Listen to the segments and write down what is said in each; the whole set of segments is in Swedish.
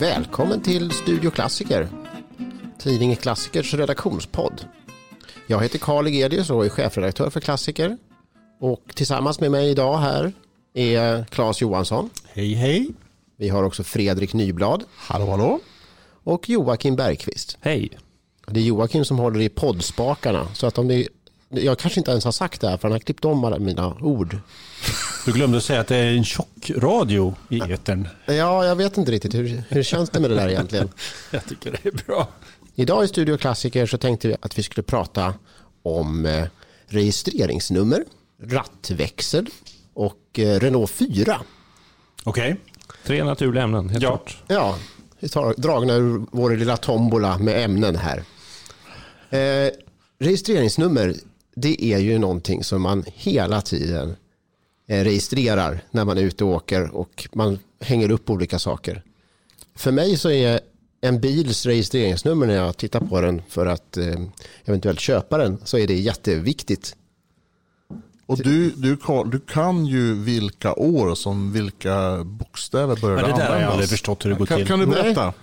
Välkommen till Studio Klassiker, tidningen Klassikers redaktionspodd. Jag heter Carl Egedius och är chefredaktör för Klassiker. Och tillsammans med mig idag här är Claes Johansson. Hej, hej. Vi har också Fredrik Nyblad. Hallå, hallå. Och Joakim Bergqvist. Hej. Det är Joakim som håller i poddspakarna. Så att om det, jag kanske inte ens har sagt det här för han har klippt om alla mina ord. Du glömde säga att det är en tjock radio i etern. Ja, jag vet inte riktigt. Hur känns det med det där egentligen? Jag tycker det är bra. Idag i Studio Klassiker så tänkte vi att vi skulle prata om registreringsnummer, rattväxel och Renault 4. Okej. 3 naturliga ämnen, helt klart. Ja, vi tar dragna ur vår lilla tombola med ämnen här. Registreringsnummer, det är ju någonting som man hela tiden registrerar när man är ute och åker och man hänger upp olika saker. För mig så är en bils registreringsnummer när jag tittar på den för att eventuellt köpa den så är det jätteviktigt. Och du kan ju vilka år som vilka bokstäver börjar användas. Det där har jag aldrig förstått hur det går till. Kan du berätta?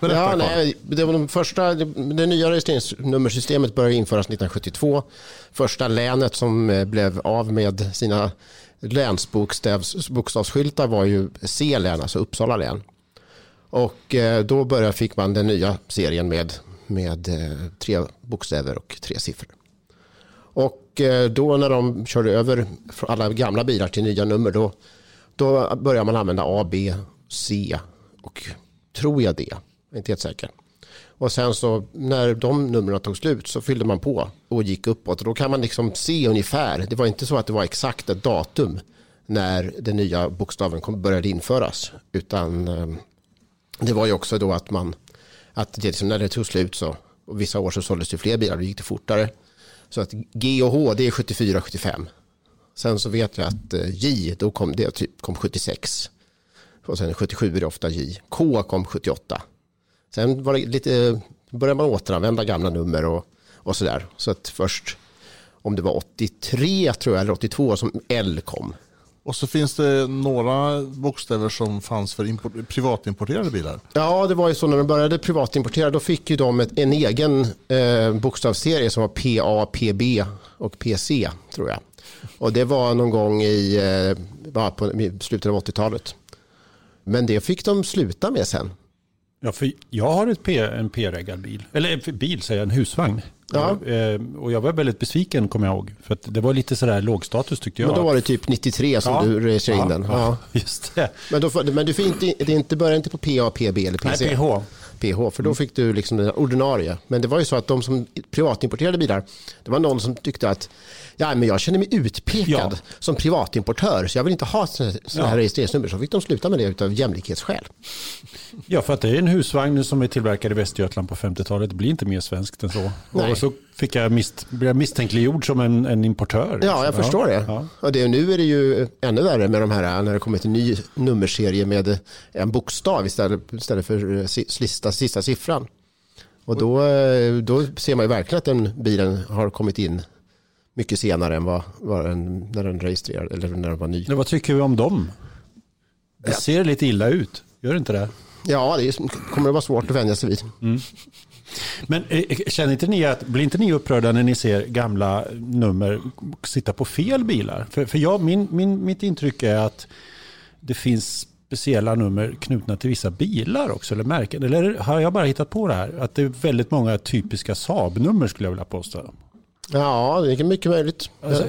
Det nya registreringsnummersystemet började införas 1972. Första länet som blev av med sina länsbokstavsskyltar var ju C-län, alltså Uppsala län. Och då fick man den nya serien med 3 bokstäver och 3 siffror. Och då när de körde över alla gamla bilar till nya nummer då började man använda A, B, C och tror jag D. Jag är inte helt säker. Och sen så när de numren tog slut så fyllde man på och gick uppåt. Och då kan man liksom se ungefär. Det var inte så att det var exakt ett datum när den nya bokstaven började införas. Utan det var ju också då att det liksom, när det tog slut så och vissa år så såldes det fler bilar och gick det fortare. Så att G och H det är 74-75. Sen så vet jag att J då kom 76. Och sen 77 är det ofta J. K kom 78. Sen var det började man återanvända gamla nummer och sådär. Så att först om det var 83 tror jag eller 82 som L kom. Och så finns det några bokstäver som fanns för privatimporterade bilar. Ja, det var ju så när de började privatimportera. Då fick ju de en egen bokstavsserie som var PA, PB och PC tror jag. Och det var någon gång i slutet av 80-talet. Men det fick de sluta med sen. Ja, för jag har en P-reggad bil. Eller bil säger jag, en husvagn. Ja. Och jag var väldigt besviken kommer jag ihåg. För att det var lite sådär lågstatus tyckte jag. Men då var det typ 93 som du registrerade in den. Ja, just det. Men du fick inte börja inte på PA, PB eller PC? Nej, PH. PH, för då fick du liksom den ordinarie. Men det var ju så att de som privatimporterade bilar, det var någon som tyckte att men jag känner mig utpekad som privatimportör så jag vill inte ha sådana här registreringsnummer. Så fick de sluta med det utav jämlikhetsskäl. Ja, för att det är en husvagn som är tillverkad i Västergötland på 50-talet. Det blir inte mer svenskt än så. Nej. Och så blev jag misstänkliggjord som en importör. Ja, jag förstår det. Ja. Och nu är det ju ännu värre med de här när det kommer till en ny nummerserie med en bokstav istället för sista siffran. Och då ser man ju verkligen att den bilen har kommit in mycket senare än när den registrerade eller när den var ny. Vad tycker vi om dem? Det ser lite illa ut. Gör det inte det? Ja, det kommer att vara svårt att vänja sig vid. Mm. Men känner inte ni blir inte ni upprörda när ni ser gamla nummer sitta på fel bilar? För mitt intryck är att det finns speciella nummer knutna till vissa bilar också eller märken. Eller har jag bara hittat på det här? Att det är väldigt många typiska Saab-nummer skulle jag vilja påstå. Ja, det är mycket möjligt. Alltså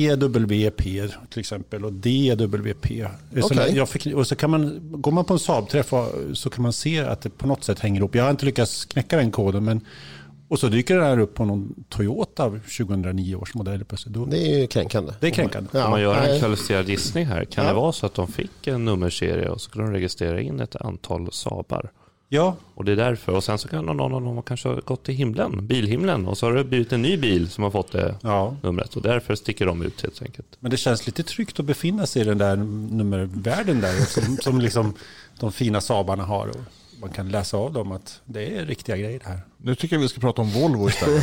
EWP till exempel och DWP. Okay. Och så kan går man på en Saab-träff så kan man se att det på något sätt hänger ihop. Jag har inte lyckats knäcka den koden och så dyker det här upp på någon Toyota 2009 års modell. Det är ju kränkande. Det är kränkande. Om man gör en kvalificerad gissning här, kan det vara så att de fick en nummerserie och så skulle de registrera in ett antal Saabar? Ja. Och det är därför. Och sen så kan någon av dem kanske ha gått till himlen, bilhimlen. Och så har det blivit en ny bil som har fått det numret. Och därför sticker de ut helt enkelt. Men det känns lite tryggt att befinna sig i den där nummervärlden där. som liksom de fina Saabarna har. Och man kan läsa av dem att det är riktiga grejer här. Nu tycker jag vi ska prata om Volvo istället.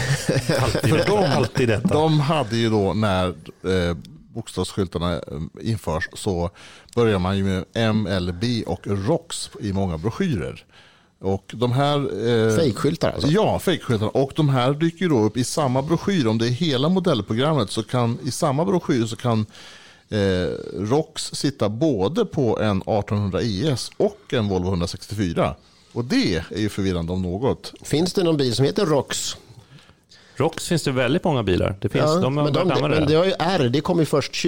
alltid detta. De hade ju då när bokstavsskyltarna införs så börjar man ju med MLB och ROX i många broschyrer. Och de här... Fejkskyltar alltså? Ja, fejkskyltar. Och de här dyker då upp i samma broschyr. Om det är hela modellprogrammet så kan i samma broschyr så kan ROX sitta både på en 1800 IS och en Volvo 164. Och det är ju förvirrande om något. Finns det någon bil som heter ROX? ROX finns det väldigt många bilar. Det finns, men det har ju R, det kom ju först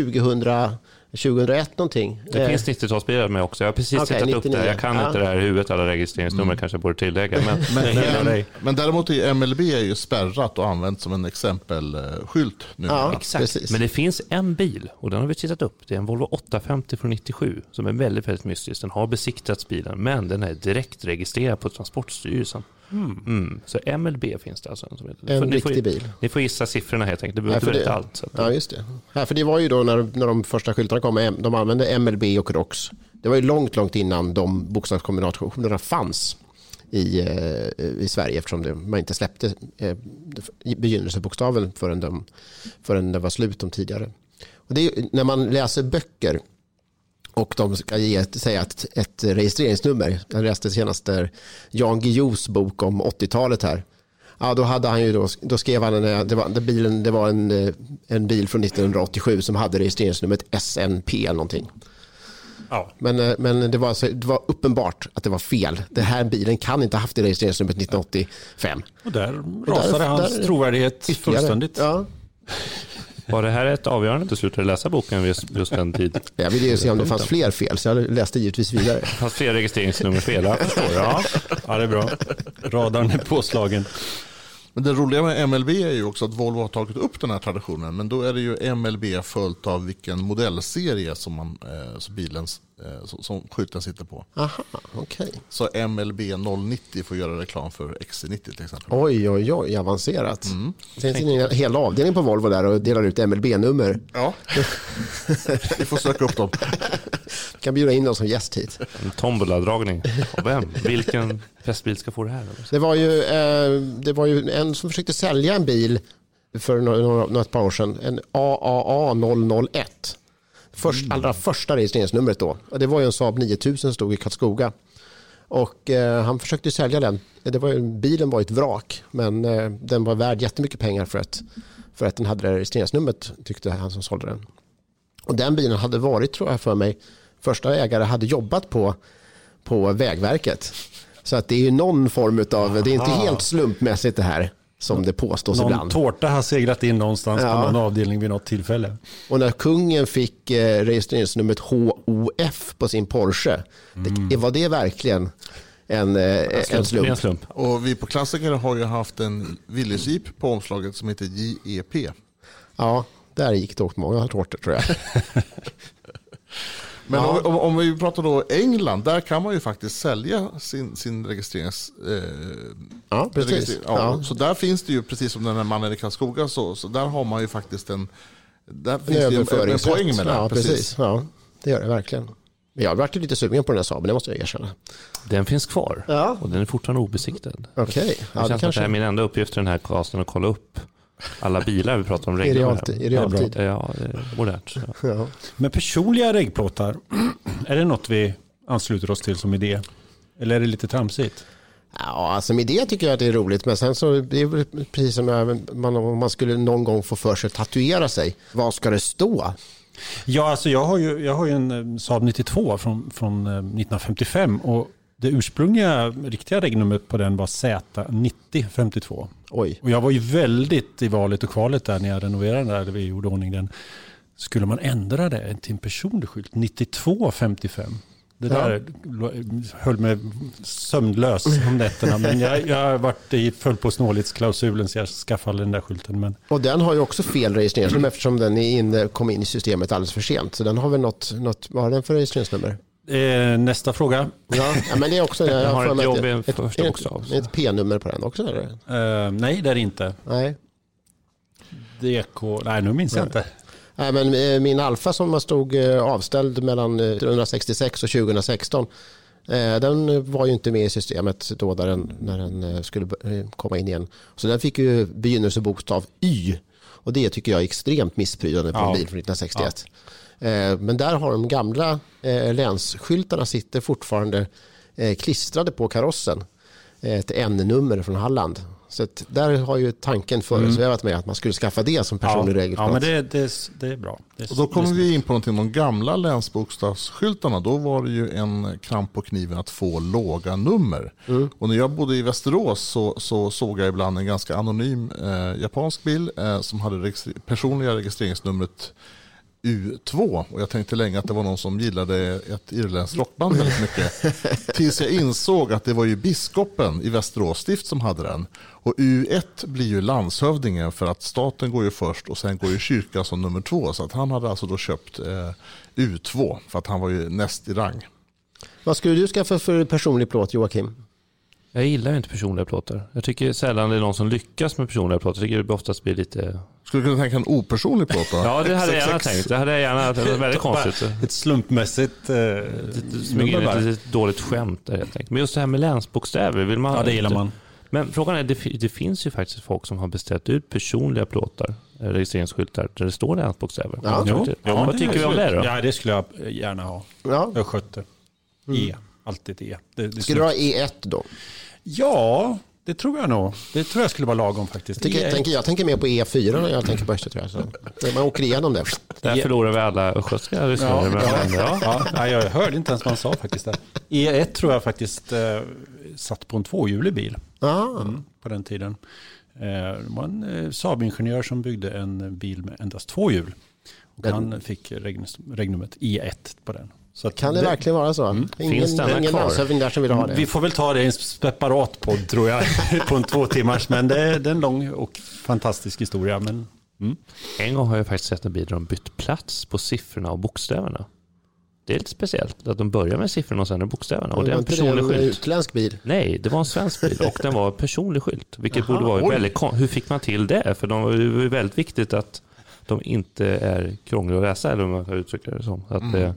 2001 någonting. Det finns 90-talsbilar med också. Jag har precis tittat upp det. Jag kan inte det här i huvudet, alla registreringsnummer kanske jag borde tillägga. Men däremot är MLB ju spärrat och använt som en exempelskylt nu. Ja, exakt. Precis. Men det finns en bil och den har vi tittat upp. Det är en Volvo 850 från 97 som är väldigt, väldigt mystisk. Den har besiktats bilen, men den är direkt registrerad på Transportstyrelsen. Så MLB finns det alltså. En riktig bil. Ni får gissa siffrorna helt enkelt. Det behöver inte allt. Så ja, just det. Ja, för det var ju då när de första skyltarna kom, de använde MLB och ROX. Det var ju långt innan de bokstavskombinationerna fanns i Sverige, eftersom man inte släppte begynnelsebokstaven förrän det var slut om tidigare. Och det är, när man läser böcker och de ska säga ett registreringsnummer. Jag läste senast Jan Guillous bok om 80-talet här. Ja, då hade han ju då skrev han det var en bil från 1987 som hade registreringsnumret SNP eller någonting. Ja. Men det var uppenbart att det var fel. Den här bilen kan inte ha haft det registreringsnumret 1985. Och där rasade hans trovärdighet fullständigt. Ja. Var det här ett avgörande beslut att läsa boken just den tid? Jag ville ju se om det fanns fler fel, så jag läste givetvis vidare. Det fanns fler registreringsnummer fel, jag förstår. Ja, det är bra. Radarn är påslagen. Men det roliga med MLB är ju också att Volvo har tagit upp den här traditionen. Men då är det ju MLB följt av vilken modellserie som som skylten sitter på. Aha, okej. Så MLB 090 får göra reklam för XC90 till exempel. Oj, avancerat. Det finns en hel avdelning på Volvo där och delar ut MLB-nummer. Ja, vi får söka upp dem. Kan bjuda in dem som gäst hit. En tombola-dragning. Och vem? Vilken pressbil ska få det här? Det var ju en som försökte sälja en bil för något par år sedan. En AAA 001. Allra första registreringsnumret då. Det var ju en Saab 9000 som stod i Karlskoga. Och han försökte sälja den. Bilen var ett vrak, men den var värd jättemycket pengar för att den hade registreringsnumret, tyckte han som sålde den. Och den bilen hade varit, tror jag för mig, första ägare hade jobbat på Vägverket. Så att det är ju någon form av, det är inte helt slumpmässigt det här som det påstås ibland. Någon tårta har seglat in någonstans på någon avdelning vid något tillfälle. Och när kungen fick registreringsnumret HOF på sin Porsche, var det verkligen en slump. Och vi på Klassiker har ju haft en Willys-jeep på omslaget som heter JEP. Ja, där gick det åt många tårtor, tror jag. Men om vi pratar då England, där kan man ju faktiskt sälja sin registrerings... Ja, precis. Så där finns det ju, precis som den här mannen i Karlskoga, så där har man ju faktiskt där finns det ju en poäng med det. Ja, precis. Ja, det gör det verkligen. Jag har varit lite sugen på den här Saaben, det måste jag erkänna. Den finns kvar och den är fortfarande obesiktad. Okej. Ja, det känns att det är min enda uppgift i den här casten att kolla upp alla bilar vi pratar om i realtid. Ja, modernt. Ja. Men personliga regplåtar, är det något vi ansluter oss till som idé? Eller är det lite tramsigt? Ja, alltså med det tycker jag att det är roligt. Men sen så det är precis som om man skulle någon gång få för sig tatuera sig. Vad ska det stå? Ja, alltså jag har ju en Saab 92 från 1955 och det ursprungliga riktiga regnumret på den var Z9052. Oj. Och jag var ju väldigt i valet och kvalet där när jag renoverade den där, eller vi gjorde ordning den. Skulle man ändra det till en personlig skylt? 9255. Det där höll mig sömnlös om nätterna. Men jag har varit föll på snålhetsklausulen så jag skaffade den där skylten. Men... Och den har ju också fel registreringsnummer eftersom den kom in i systemet alldeles för sent. Så den har väl något vad har den för registreringsnummer? Nästa fråga. Ja, men det är också... Jag har ett P-nummer på den också, eller? Nej, det är det inte. Nej. DK... Nej, nu minns jag inte. Nej, men min Alfa som stod avställd mellan 1966 och 2016, den var ju inte med i systemet då när den skulle komma in igen. Så den fick ju begynnelsebokstav Y. Och det tycker jag är extremt missprydande på en bil från 1961. Ja. Men där har de gamla länsskyltarna sitter fortfarande klistrade på karossen. ett N-nummer från Halland. Så att där har ju tanken föresvävat med att man skulle skaffa det som personlig regelplåt. Ja, men det är bra. Och då kommer vi in på någonting, de gamla länsbokstavsskyltarna. Då var det ju en kramp på kniven att få låga nummer. Och när jag bodde i Västerås så såg jag ibland en ganska anonym japansk bil som hade personliga registreringsnumret U2. Och jag tänkte länge att det var någon som gillade ett irländskt rockband väldigt mycket. Tills jag insåg att det var ju biskopen i Västerås stift som hade den. Och U1 blir ju landshövdingen, för att staten går ju först och sen går ju kyrkan som nummer 2. Så att han hade alltså då köpt U2 för att han var ju näst i rang. Vad skulle du skaffa för personlig plåt, Joakim? Jag gillar ju inte personliga plåtar. Jag tycker sällan det är någon som lyckas med personliga plåtar. Jag tycker det oftast blir lite... Skulle du kunna tänka en opersonlig plåt då? Ja, det hade jag gärna tänkt. Det hade jag gärna. Det var väldigt konstigt. Ett slumpmässigt Smyga in ett litet dåligt skämt där helt enkelt. Men just det här med länsbokstäver vill man... Ja, det gillar man. Men frågan är, det finns ju faktiskt folk som har beställt ut personliga plåtar, registreringsskyltar, där det står länsbokstäver. Ja. Vad tycker vi om det då? Ja, det skulle jag gärna ha. Ja. Jag skötte. Alltid ett E. Skulle du ha E1 då? Ja, det tror jag nog. Det tror jag skulle vara lagom faktiskt. Jag tänker mer på E4 när jag tänker på Österträ. Man åker igenom det. Där förlorar vi alla östgötska lyssnare. Jag hörde inte ens vad han sa faktiskt. Där. E1 tror jag faktiskt satt på en tvåhjulig bil på den tiden. Det var en Saab-ingenjör som byggde en bil med endast 2 hjul. Och han fick regnumret E1 på den. Så kan det verkligen vara så? Finns ingen landshövding där som vill ha det? Vi får väl ta det i en separat podd tror jag på en 2 timmars, men det är en lång och fantastisk historia. Men, En gång har jag faktiskt sett en bil där de bytt plats på siffrorna och bokstäverna. Det är lite speciellt att de börjar med siffrorna och sen med bokstäverna. Och det är en personlig skylt. Utländsk bil? Nej, det var en svensk bil och den var personlig skylt. Vilket borde vara väldigt hur fick man till det? För det var väldigt viktigt att de inte är krångliga att läsa, eller om man kan uttrycka det som. Att,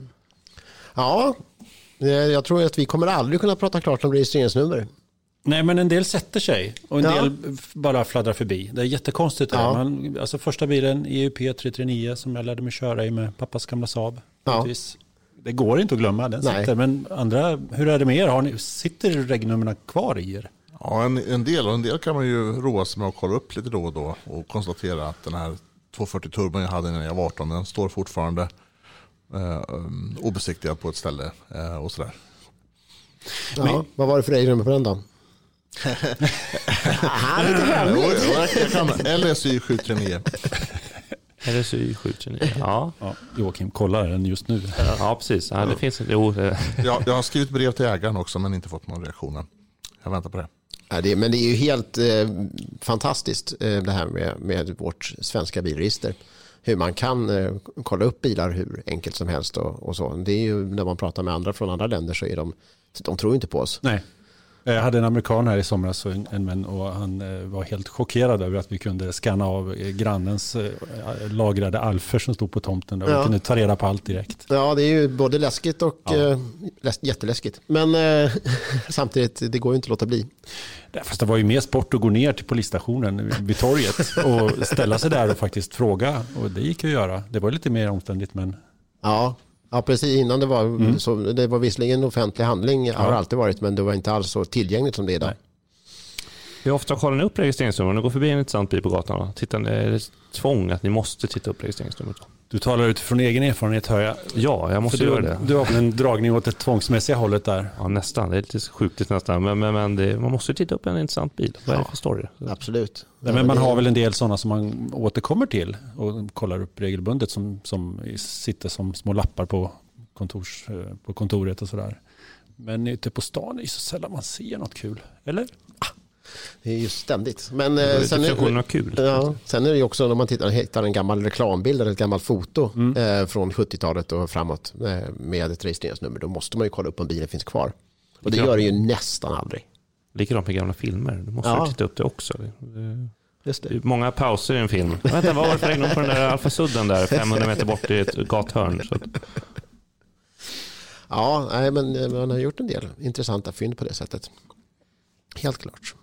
Ja, jag tror att vi kommer aldrig kunna prata klart om registreringsnummer. Nej, men en del sätter sig och en del bara fladdrar förbi. Det är jättekonstigt. Ja. Alltså första bilen, EUP 339, som jag lärde mig köra i med pappas gamla Saab. Ja. Det går inte att glömma, den sitter. Men andra, hur är det med er? Sitter regnummerna kvar i er? Ja, en del kan man ju roa sig med att kolla upp lite då och då och konstatera att den här 240 turban jag hade när jag var 18, den står fortfarande obesiktigad på ett ställe och sådär. Ja, vad var det för regnummer på den då? Jag kan LSY 739. LSY 739, ja. Joakim kollar den just nu. Ja, precis. Ja, det finns inte. Jag har skrivit brev till ägaren också men inte fått någon reaktion. Jag väntar på det. Ja, men det är ju helt fantastiskt det här med vårt svenska bilregister. Hur man kan kolla upp bilar hur enkelt som helst och så. Det är ju när man pratar med andra från andra länder så är de tror inte på oss. Nej. Jag hade en amerikan här i somras och han var helt chockerad över att vi kunde scanna av grannens lagrade alfer som stod på tomten. Och vi kunde ta reda på allt direkt. Ja, det är ju både läskigt och jätteläskigt. Men samtidigt, det går ju inte att låta bli. Fast det var ju mer sport att gå ner till polisstationen vid torget och ställa sig där och faktiskt fråga. Och det gick ju att göra. Det var lite mer omständigt, men... Ja, precis. Innan det var visserligen en offentlig handling har alltid varit, men det var inte alls så tillgängligt som det är idag. Hur ofta kollar ni upp registreringsnummer? Ni går förbi en intressant bil på gatan. Är det tvång att ni måste titta upp registreringsnumret? Du talar utifrån egen erfarenhet, hör jag. Ja, jag måste göra det. Du har en dragning åt det tvångsmässiga hållet där. Ja, nästan. Det är lite sjukligt nästan. Men man måste titta upp en intressant bil. Vad är det för story? Absolut. Men man har väl en del sådana som man återkommer till och kollar upp regelbundet som sitter som små lappar på kontoret och sådär. Men ute på stan är det så sällan man ser något kul. Eller? Det är ju ständigt. Men sen är det kul. Ja, sen är det ju också när man hittar en gammal reklambild eller ett gammalt foto från 70-talet och framåt med ett registreringsnummer. Då måste man ju kolla upp om bilen finns kvar. Och det gör det ju nästan aldrig. Likadant med gamla filmer. Du måste titta upp det också. Just det. Det är många pauser i en film. Vänta, vad var det för regnum på den där Alfa-sudden där 500 meter bort i ett gathörn? Så att... Ja, nej, men man har gjort en del intressanta fynd på det sättet. Helt klart.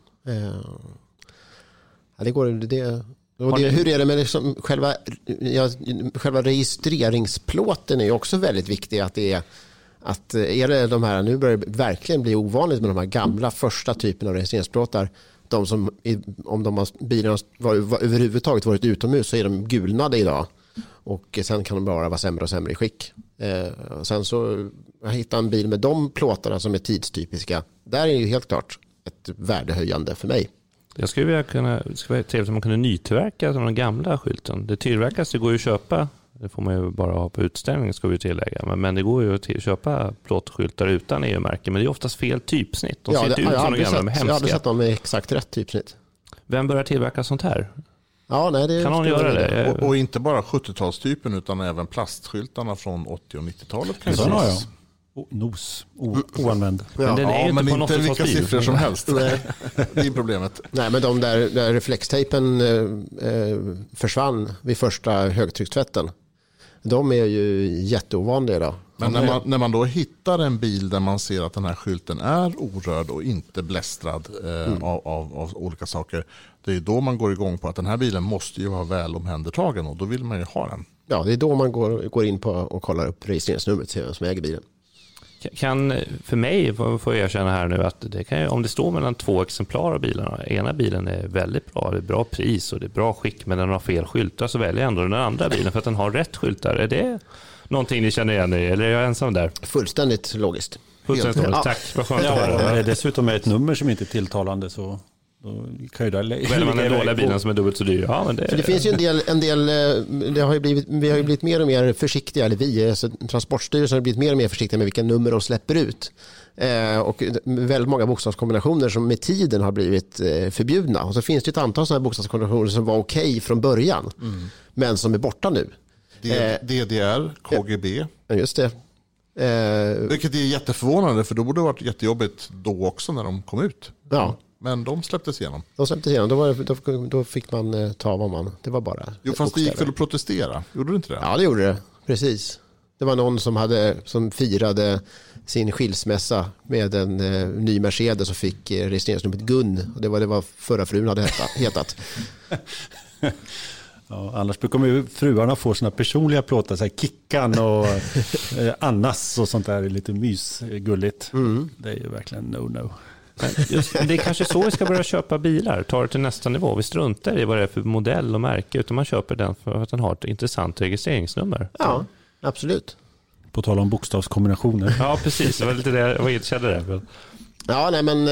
Hur är det med liksom själva registreringsplåten är ju också väldigt viktig, att det är att är det de här, nu börjar det verkligen bli ovanligt med de här gamla första typen av registreringsplåtar. De som, om de har bilarna var överhuvudtaget varit utomhus så är de gulnade idag. Och sen kan de bara vara sämre och sämre i skick. Och sen så jag hittade en bil med de plåtarna som är tidstypiska. Där är ju helt klart ett värdehöjande för mig. Jag skulle vilja det skulle vara trevligt om man kunde nytillverka den gamla skylten. Det tillverkas, det går ju att köpa. Det får man ju bara ha på utställning, ska vi tillägga. Men det går ju att köpa plåtskyltar utan EU-märke. Men det är oftast fel typsnitt. De ser inte ut som de gamla med hemska. Jag hade sett dem med exakt rätt typsnitt. Vem börjar tillverka sånt här? Ja, nej, det kan någon göra det? Och inte bara 70-talstypen utan även plastskyltarna från 80- och 90-talet. Sådana har jag. Oanvänd. Men den är ju men inte inte vilka siffror som helst. Nej. Det är problemet. Nej, men de där reflextejpen försvann vid första högtryckstvätten. De är ju jätteovanliga idag. Men när man då hittar en bil där man ser att den här skylten är orörd och inte blästrad av olika saker. Det är då man går igång på att den här bilen måste ju vara väl omhändertagen och då vill man ju ha den. Ja, det är då man går in på och kollar upp registreringsnumret till vem som äger bilen. Kan, för mig får jag erkänna här nu att det kan, om det står mellan 2 exemplar av bilarna, ena bilen är väldigt bra, det är bra pris och det är bra skick men den har fel skyltar, så väljer jag ändå den andra bilen för att den har rätt skyltar. Är det någonting ni känner igen i, eller är jag ensam där? Fullständigt logiskt. Fullständigt logiskt, tack. Vad skönt att höra. Om det dessutom är ett nummer som inte är tilltalande så då kan ju väljer man den dåliga bilen som är dubbelt så dyr. Ja, men det finns ju en del vi har ju blivit mer och mer försiktiga, eller alltså, Transportstyrelsen har blivit mer och mer försiktiga med vilka nummer de släpper ut. Och väldigt många bokstavskombinationer som med tiden har blivit förbjudna. Och så finns det ett antal sådana här bokstavskombinationer som var okej från början, men som är borta nu. DDR, KGB. Just det. Vilket är jätteförvånande, för då borde det varit jättejobbigt då också när de kom ut. Ja. Men de släpptes igenom. Då fick man ta vad man... Det var bara... Jo, fast det gick väl att protestera. Gjorde du inte det? Ja, det gjorde det. Precis. Det var någon som firade sin skilsmässa med en ny Mercedes och fick registreringsnumret Gun. Och det var vad förra frun hade hetat. Ja, annars brukar ju fruarna få såna personliga plåtar, så här Kickan och Annas och sånt där, lite mysgulligt. Det är ju verkligen no-no. Det är kanske så vi ska börja köpa bilar. Ta det till nästa nivå. Vi struntar i vad det är för modell och märke, utan man köper den för att den har ett intressant registreringsnummer. Ja, absolut. På tal om bokstavskombinationer. Ja, precis. Det var lite det jag kände det. Ja, nej, men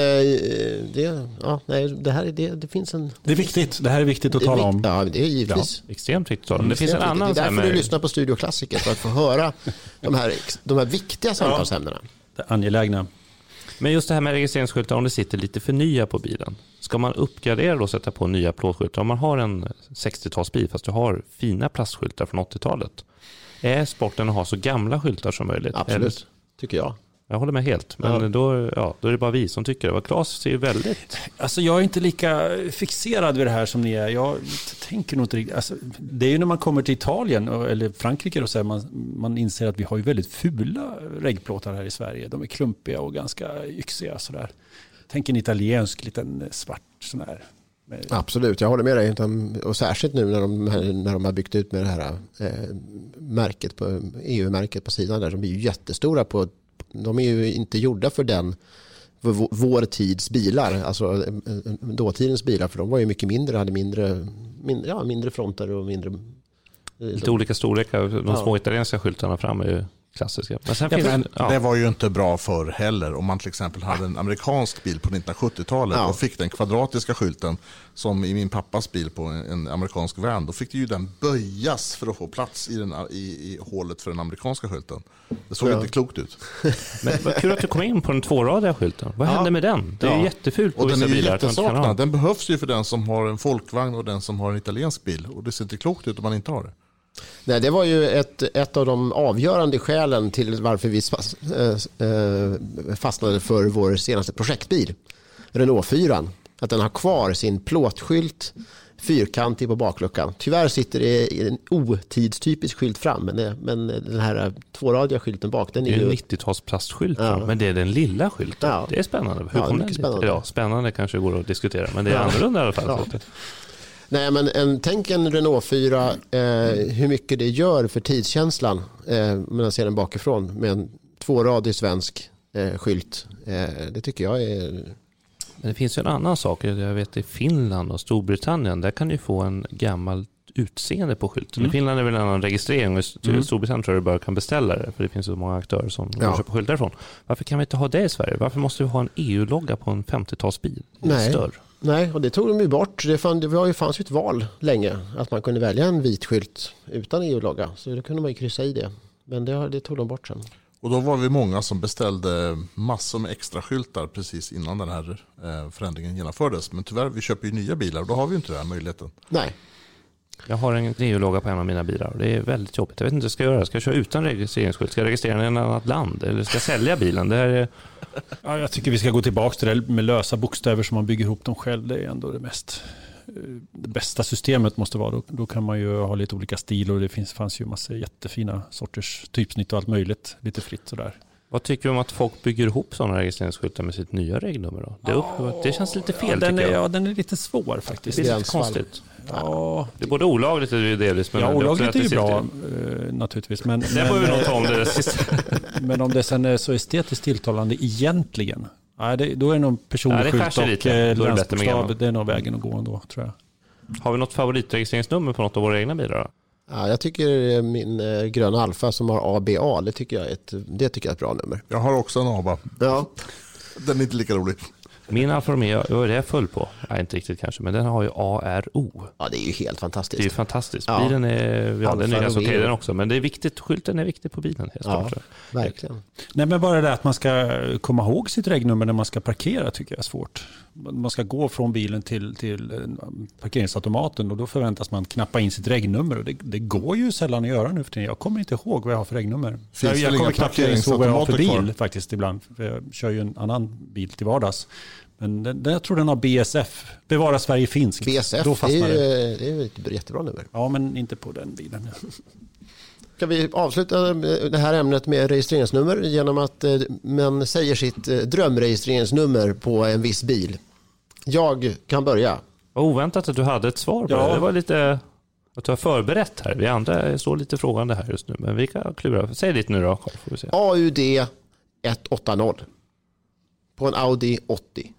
det finns en... Det är viktigt. Det här är viktigt att tala om. Ja, det är givetvis. Ja, extremt viktigt att tala om. Det finns en annan... Det är därför du lyssnar på Studioklassiker, för att få höra de här viktiga samtalsämnena. Det är angelägna. Men just det här med registreringsskyltar, om det sitter lite för nya på bilen, ska man uppgradera och sätta på nya plåtskyltar? Om man har en 60-talsbil fast du har fina plastskyltar från 80-talet, är sporten att ha så gamla skyltar som möjligt? Absolut, tycker jag. Jag håller med helt, men då är det bara vi som tycker det. Vad Claes ser ju väldigt... Alltså jag är inte lika fixerad vid det här som ni är. Jag tänker nog inte riktigt... Alltså, det är ju när man kommer till Italien eller Frankrike och så här, man inser att vi har ju väldigt fula reggplåtar här i Sverige. De är klumpiga och ganska yxiga sådär. Tänk en italiensk liten svart sån här. Absolut, jag håller med dig. Och särskilt nu när de har byggt ut med det här märket på EU-märket på sidan där. De blir ju jättestora på... De är ju inte gjorda för vår tids bilar, alltså dåtidens bilar, för de var ju mycket mindre, hade mindre fronter och mindre... Lite olika storlekar, de små italienska skyltarna fram är ju klassiska. Men sen det var ju inte bra förr heller. Om man till exempel hade en amerikansk bil på 1970-talet och fick den kvadratiska skylten som i min pappas bil på en amerikansk van, då fick ju den böjas för att få plats i hålet för den amerikanska skylten. Det såg inte klokt ut. Men vad kul att du kom in på den tvåradiga skylten. Vad hände med den? Det är ju jättefult på och vissa den är ju bilar. jättesaknad. Den behövs ju för den som har en folkvagn och den som har en italiensk bil. Och det ser inte klokt ut om man inte har det. Nej, det var ju ett av de avgörande skälen till varför vi fastnade för vår senaste projektbil, Renault 4. Att den har kvar sin plåtskylt fyrkantig på bakluckan. Tyvärr sitter det en otidstypisk skylt fram, men den här tvåradiga skylten bak, den är ju... Det är en 90-tals plastskylt, men det är den lilla skylten. Ja. Det är spännande. Hur kom den dit? Ja, spännande kanske går att diskutera, men det är annorlunda i alla fall. Ja. Nej, men tänk en Renault 4, hur mycket det gör för tidskänslan när man ser den bakifrån med en 2-radig svensk skylt. Det tycker jag är... Men det finns ju en annan sak. Jag vet i Finland och Storbritannien. Där kan du få en gammal utseende på skylten. I Finland är väl en annan registrering. Och i Storbritannien tror jag du bara kan beställa det. För det finns så många aktörer som köper skyltar ifrån. Varför kan vi inte ha det i Sverige? Varför måste vi ha en EU-logga på en 50-talsbil? Nej, och det tog de ju bort. Det fanns ju ett val länge. Att man kunde välja en vit skylt utan EU-logga. Så då kunde man ju kryssa i det. Men det tog de bort sen. Och då var vi många som beställde massor med extra skyltar precis innan den här förändringen genomfördes. Men tyvärr, vi köper ju nya bilar och då har vi inte den här möjligheten. Nej. Jag har en EU-logga på en av mina bilar och det är väldigt jobbigt. Jag vet inte vad jag ska göra. Ska jag köra utan registreringsskylt? Ska jag registrera den i ett annat land? Eller ska jag sälja bilen? Det här är... Ja, jag tycker vi ska gå tillbaka till det med lösa bokstäver som man bygger ihop dem själv. Det är ändå det bästa systemet måste vara. Då kan man ju ha lite olika stil och det fanns ju massa jättefina sorters typsnitt och allt möjligt. Lite fritt sådär. Vad tycker du om att folk bygger ihop sådana registreringsskyltar med sitt nya regnummer då? Det känns lite fel tycker jag. Ja, den är lite svår faktiskt. Det är lite konstigt. Ja. Det är både olagligt och delvis. Men olagligt är ju bra naturligtvis. Men får vi nog ta om det sista. Men om det sen är så estetiskt tilltalande egentligen. Nej, då är det nog personlig skylt och länsbokstav. Det är nog vägen att gå ändå, tror jag. Har vi något favoritregistreringsnummer på något av våra egna bilar då? Ja, jag tycker min gröna Alfa som har ABA, det tycker jag är ett bra nummer. Jag har också en ABA. Ja. Den är inte lika rolig. Min Alfa Romeo, det är jag full på. Nej, inte riktigt kanske, men den har ju ARO. Ja, det är ju helt fantastiskt. Det är ju fantastiskt. Bilen den är ganska okej den också, men det är viktigt, skylten är viktig på bilen. Verkligen. Nej, men bara det att man ska komma ihåg sitt regnummer när man ska parkera tycker jag är svårt. Man ska gå från bilen till parkeringsautomaten och då förväntas man knappa in sitt regnummer och det går ju sällan att göra nu för tiden. Jag kommer inte ihåg vad jag har för regnummer. Jag kommer knappt ihåg vad jag har för bil faktiskt ibland. Jag kör ju en annan bil till vardags. Men jag tror den har BSF. Bevara Sverige finsk. BSF, då fastnar det är ett jättebra nummer. Ja, men inte på den bilen. Kan vi avsluta det här ämnet med registreringsnummer genom att man säger sitt drömregistreringsnummer på en viss bil. Jag kan börja. Vad oväntat att du hade ett svar på det. Det var lite att du har förberett här. Vi andra står lite frågande här just nu. Men vi kan klura. Säg ditt nu då, Carl, får vi se. AUD 180 på en Audi 80.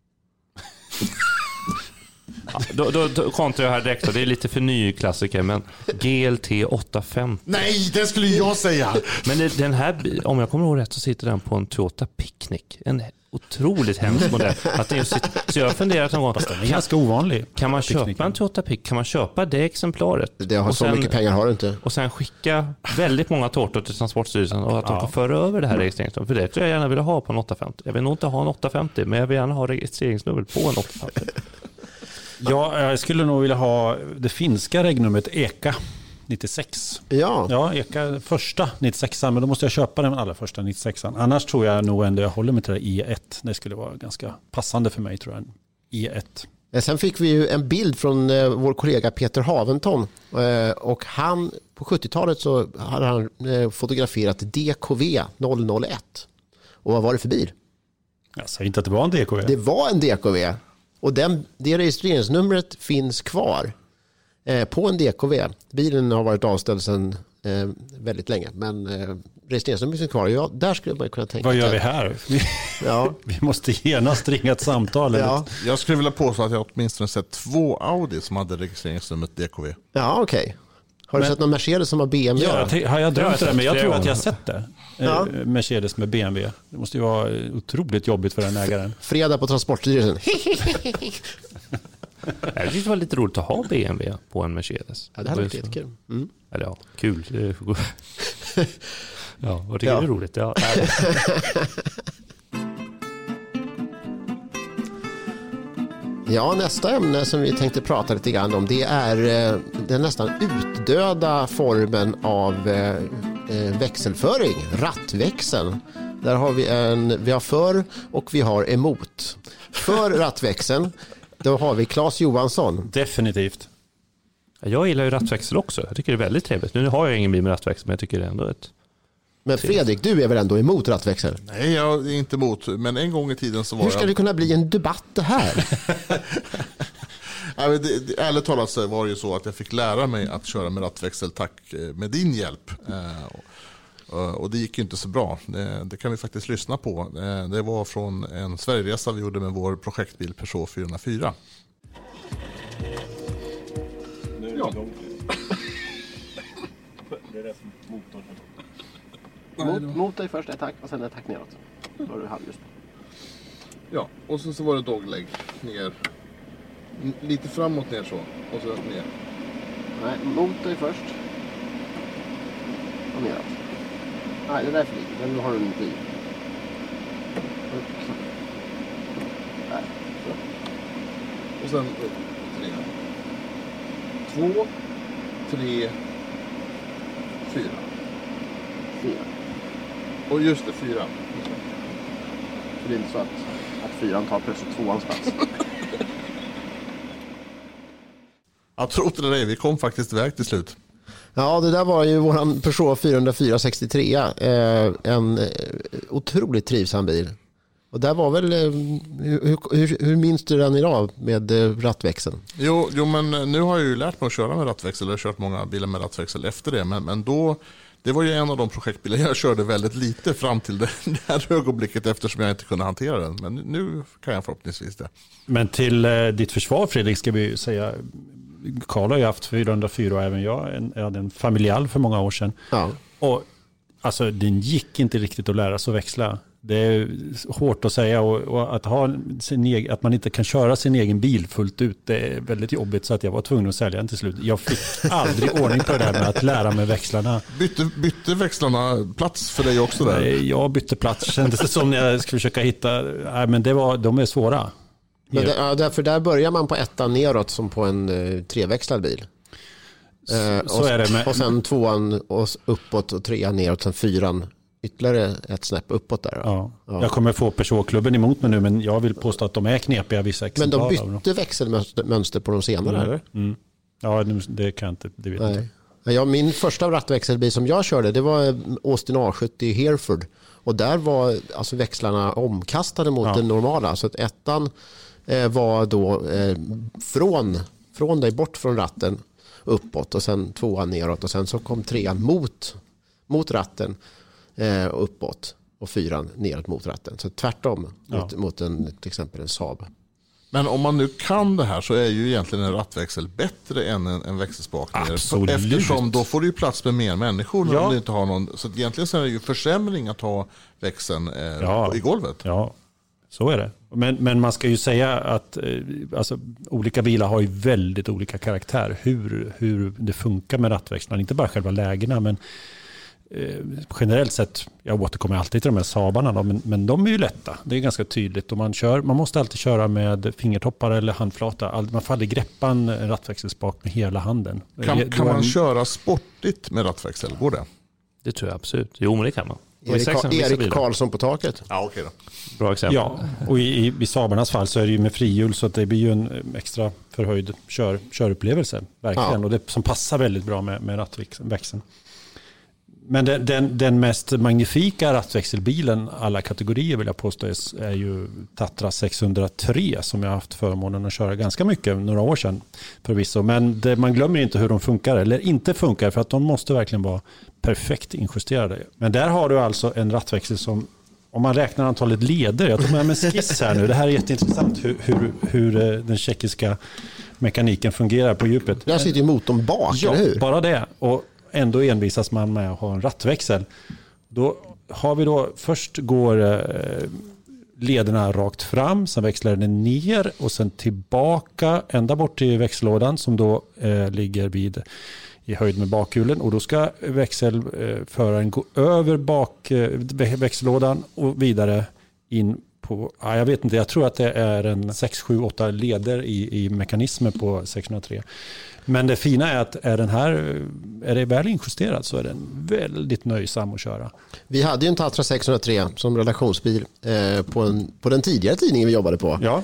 Ja, då kontrar jag här direkt. Det är lite för ny klassiker, men GLT 850. Nej, det skulle jag säga. Men den här, om jag kommer ihåg rätt, så sitter den på en Toyota Picnic. En otroligt hemsk modell. Så jag har funderat någon gång. Den är ganska ovanlig. Kan man köpa en Toyota Pic? Kan man köpa det exemplaret? Det har så mycket pengar har du inte. Och sen skicka väldigt många tårtor till Transportstyrelsen och att de kan föra över det här registreringsnumret. För det tror jag gärna vill ha på en 850. Jag vill nog inte ha en 850, men jag vill gärna ha registreringsnummer på en 850. Ja, jag skulle nog vilja ha det finska regnumret EKA 96. Ja, EKA första 96, men då måste jag köpa den allra första 96. Annars tror jag nog ändå jag håller mig till det E1. Det skulle vara ganska passande för mig, tror jag. E1. Sen fick vi ju en bild från vår kollega Peter Haventon. Och han, på 70-talet så hade han fotograferat DKV 001. Och vad var det för bil? Jag säger inte att det var en DKV. Det var en DKV. Och det registreringsnumret finns kvar på en DKV. Bilen har varit avställd sedan väldigt länge. Men registreringsnumret finns kvar. Ja, där skulle man kunna tänka. Vad gör vi här? Vi måste genast ringa ett samtal. Ja. Jag skulle vilja påstå att jag åtminstone sett 2 Audi som hade registreringsnumret DKV. Ja, okej. Har du sett någon Mercedes som har BMW? Ja, har jag drömt det? Men jag tror att jag har sett det. Ja. Mercedes med BMW. Det måste ju vara otroligt jobbigt för den ägaren. Fredag på Transportstyrelsen. Jag tyckte det var lite roligt att ha BMW på en Mercedes. Ja, det hade varit jättekul. Mm. Eller ja, kul. Ja, vad tycker du är roligt? Ja. Ja, nästa ämne som vi tänkte prata lite grann om, det är den nästan utdöda formen av växelföring, rattväxeln. Där har vi har för och vi har emot. För rattväxeln, då har vi Claes Johansson. Definitivt. Jag gillar ju rattväxel också. Jag tycker det är väldigt trevligt. Nu har jag ingen bil med rattväxel, men jag tycker det är ändå ett... Men Fredrik, du är väl ändå emot rattväxel? Nej, jag är inte emot. Men en gång i tiden så var Hur ska det kunna bli en debatt det här? Ärligt talat så var det ju så att jag fick lära mig att köra med rattväxel tack med din hjälp. Och det gick ju inte så bra. Det kan vi faktiskt lyssna på. Det var från en Sverigeresa vi gjorde med vår projektbil Peugeot 404. Ja. Det är det som motorn. Motor först, attack och sen attack neråt. Då har du halvljus. Ja, och så var det dogleg ner. Lite framåt ner så. Och så ner. Nej, motor först. Och neråt. Nej, det där är för lite. Den har du en bil. Där. Så. Och sen upp. 3. 2, 3, 4. 4. Och just det, 4. För det är inte så att 4 tar plötsligt 2ans plats. Jag tror inte det, vi kom faktiskt iväg till slut. Ja, det där var ju våran Peugeot 404 63. En otroligt trivsam bil. Och där var väl, hur minns du den idag med rattväxeln? Jo, men nu har jag ju lärt mig att köra med rattväxel. Jag har kört många bilar med rattväxel efter det. Men då, det var ju en av de projektbilar jag körde väldigt lite fram till det här ögonblicket eftersom jag inte kunde hantera den. Men nu kan jag förhoppningsvis det. Men till ditt försvar, Fredrik, ska vi säga, Carl har ju haft 404 och även jag hade en familjal för många år sedan. Ja. Och alltså, den gick inte riktigt att lära sig att växla. Det är hårt att säga och att att man inte kan köra sin egen bil fullt ut, det är väldigt jobbigt, så att jag var tvungen att sälja den till slut. Jag fick aldrig ordning på det här med att lära mig växlarna. Bytte växlarna plats för dig också där? Jag bytte plats, kändes det som när jag skulle försöka hitta. Nej, men de är svåra. Men därför där börjar man på 1 neråt som på en treväxlad bil. Så är det. Och sen 2 och uppåt och 3 neråt, sen 4 ytterligare ett snäpp uppåt där. Ja. Jag kommer få Peugeot-klubben emot mig nu, men jag vill påstå att de är knepiga vissa exemplar. Men de bytte växelmönster på de senare, eller? Mm. Ja, det kan jag inte, det vet jag inte. Ja, min första rattväxelbil som jag körde, det var Austin A70 Hereford. Och där var alltså växlarna omkastade mot den normala. Så att 1 var då från dig bort från ratten uppåt och sen 2 neråt och sen så kom 3 mot ratten uppåt och 4 neråt mot ratten. Så tvärtom mot till exempel en Saab. Men om man nu kan det här så är ju egentligen en rattväxel bättre än en växelspak. Absolut. Eftersom då får du ju plats med mer människor när du inte har någon. Så egentligen så är det ju försämring att ha växeln i golvet. Ja, så är det. Men man ska ju säga att alltså, olika bilar har ju väldigt olika karaktär. Hur det funkar med rattväxlarna. Inte bara själva lägena, men generellt sett, jag återkommer alltid till de här Saabarna då, men de är ju lätta. Det är ganska tydligt. Och man måste alltid köra med fingertoppar eller handflata. Man får aldrig greppa en rattväxelspak med hela handen. Kan man köra sportigt med rattväxel? Går det? Det tror jag absolut. Jo, men det kan man. Erik Karlsson på taket. Ja, okej då. Bra exempel. Ja, och i Saabarnas fall så är det ju med frihjul, så att det blir ju en extra förhöjd körupplevelse. Verkligen. Ja. Och det som passar väldigt bra med rattväxeln. Men den mest magnifika rattväxelbilen alla kategorier vill jag påstå är ju Tatra 603 som jag har haft förmånen att köra ganska mycket några år sedan förvisso. Men man glömmer inte hur de funkar eller inte funkar, för att de måste verkligen vara perfekt injusterade. Men där har du alltså en rattväxel som, om man räknar antalet leder, jag tog med en skiss här nu, det här är jätteintressant hur den tjeckiska mekaniken fungerar på djupet. Där sitter ju motorn bak, eller hur? Bara det. Och ändå envisas man med att ha en rattväxel. Då har vi först går lederna rakt fram, sen växlar den ner och sen tillbaka ända bort till växellådan som då ligger i höjd med bakhjulen, och då ska växelföraren gå över växellådan och vidare in på, jag vet inte, jag tror att det är en 6, 7, 8 leder i mekanismen på 603. Men det fina är att är det väl injusterad så är den väldigt nöjsam att köra. Vi hade ju en Tatra 603 som relationsbil på den tidigare tidningen vi jobbade på. Ja.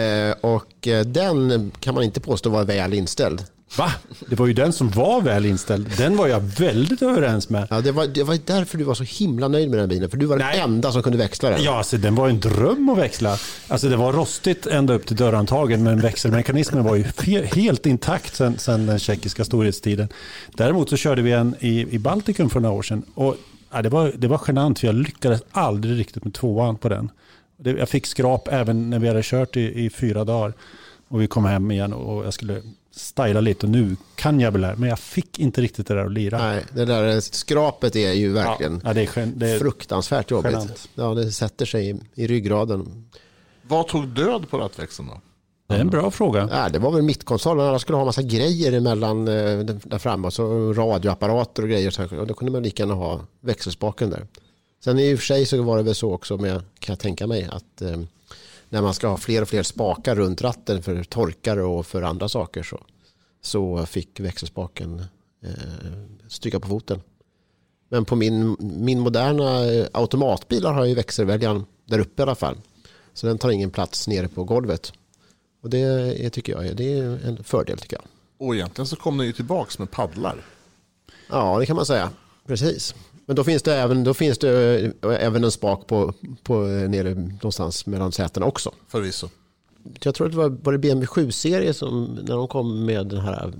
Och den kan man inte påstå var väl inställd. Va? Det var ju den som var väl inställd. Den var jag väldigt överens med. Ja, det var därför du var så himla nöjd med den bilen. För du var den enda som kunde växla den. Ja, alltså, den var en dröm att växla. Alltså, det var rostigt ända upp till dörrantagen, men växelmekanismen var ju helt intakt sen den tjeckiska storhetstiden. Däremot så körde vi en i Baltikum för några år sedan. Och det var genant för jag lyckades aldrig riktigt med 2:an på den. Jag fick skrap även när vi hade kört i 4 dagar. Och vi kom hem igen och jag skulle styla lite och nu kan jag väl här. Men jag fick inte riktigt det där att lira. Nej, det där skrapet är ju verkligen det är fruktansvärt jobbigt. genant. Ja, det sätter sig i ryggraden. Vad tog död på rattväxeln då? Det är en bra fråga. Ja, det var väl mittkonsolen. Alla skulle ha en massa grejer emellan där framme. Så radioapparater och grejer. Och då kunde man lika gärna ha växelspaken där. Sen i och för sig så var det väl så också med, kan jag tänka mig, att när man ska ha fler och fler spakar runt ratten för torkare och för andra saker så fick växelspaken stryka på foten. Men på min moderna automatbilar har ju växelväljaren där uppe i alla fall. Så den tar ingen plats nere på golvet. Och det tycker jag det är en fördel tycker jag. Och egentligen så kom den ju tillbaks med paddlar. Ja, det kan man säga. Precis. Men då finns det även en spak på nere någonstans mellan sätena också. Förvisso. Jag tror att det var det BMW 7-serie som när de kom med den här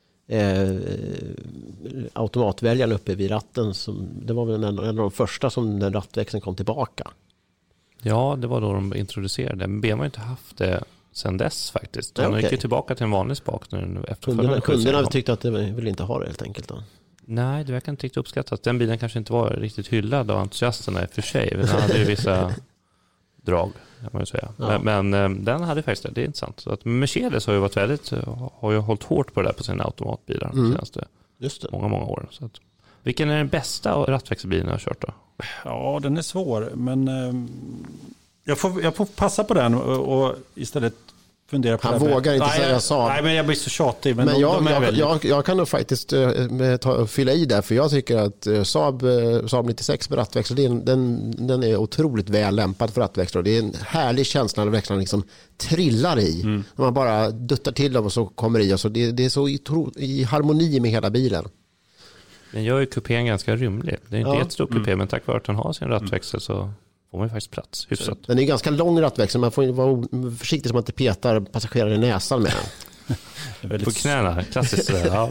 automatväljaren uppe vid ratten. Det var väl en av de första som den rattväxeln kom tillbaka. Ja, det var då de introducerade. Men BMW har inte haft det sedan dess faktiskt. De gick ju tillbaka till en vanlig spak nu efter kunderna tyckte att de vill inte ha det helt enkelt då. Nej, det verkar inte riktigt uppskattas. Den bilen kanske inte var riktigt hyllad av entusiasterna i för sig. Den hade ju vissa drag, kan man ju säga. Ja. Men den hade faktiskt det är intressant. Så att Mercedes har ju hållit hårt på det där på sina automatbilar de senaste många år. Så att, vilken är den bästa rattväxelbilen jag har kört då? Ja, den är svår. Men jag får passa på den och istället fundera på han det. Vågar inte säga Saab. Nej, men jag blir så tjatig. Men jag kan nog faktiskt fylla i där. För jag tycker att Saab 96 med rattväxel, den är otroligt väl lämpad för rattväxlar. Det är en härlig känsla när växlarna liksom trillar i. När man bara duttar till dem och så kommer i. Alltså det är så i harmoni med hela bilen. Den gör ju kupén ganska rymlig. Det är inte jättestor kupé, men tack vare att den har sin rattväxel så får man ju faktiskt plats. Hyfsat. Den är ganska lång rattväxel. Man får vara försiktig så man inte petar passagerare i näsan med den. På knäna, klassiskt där. Ja.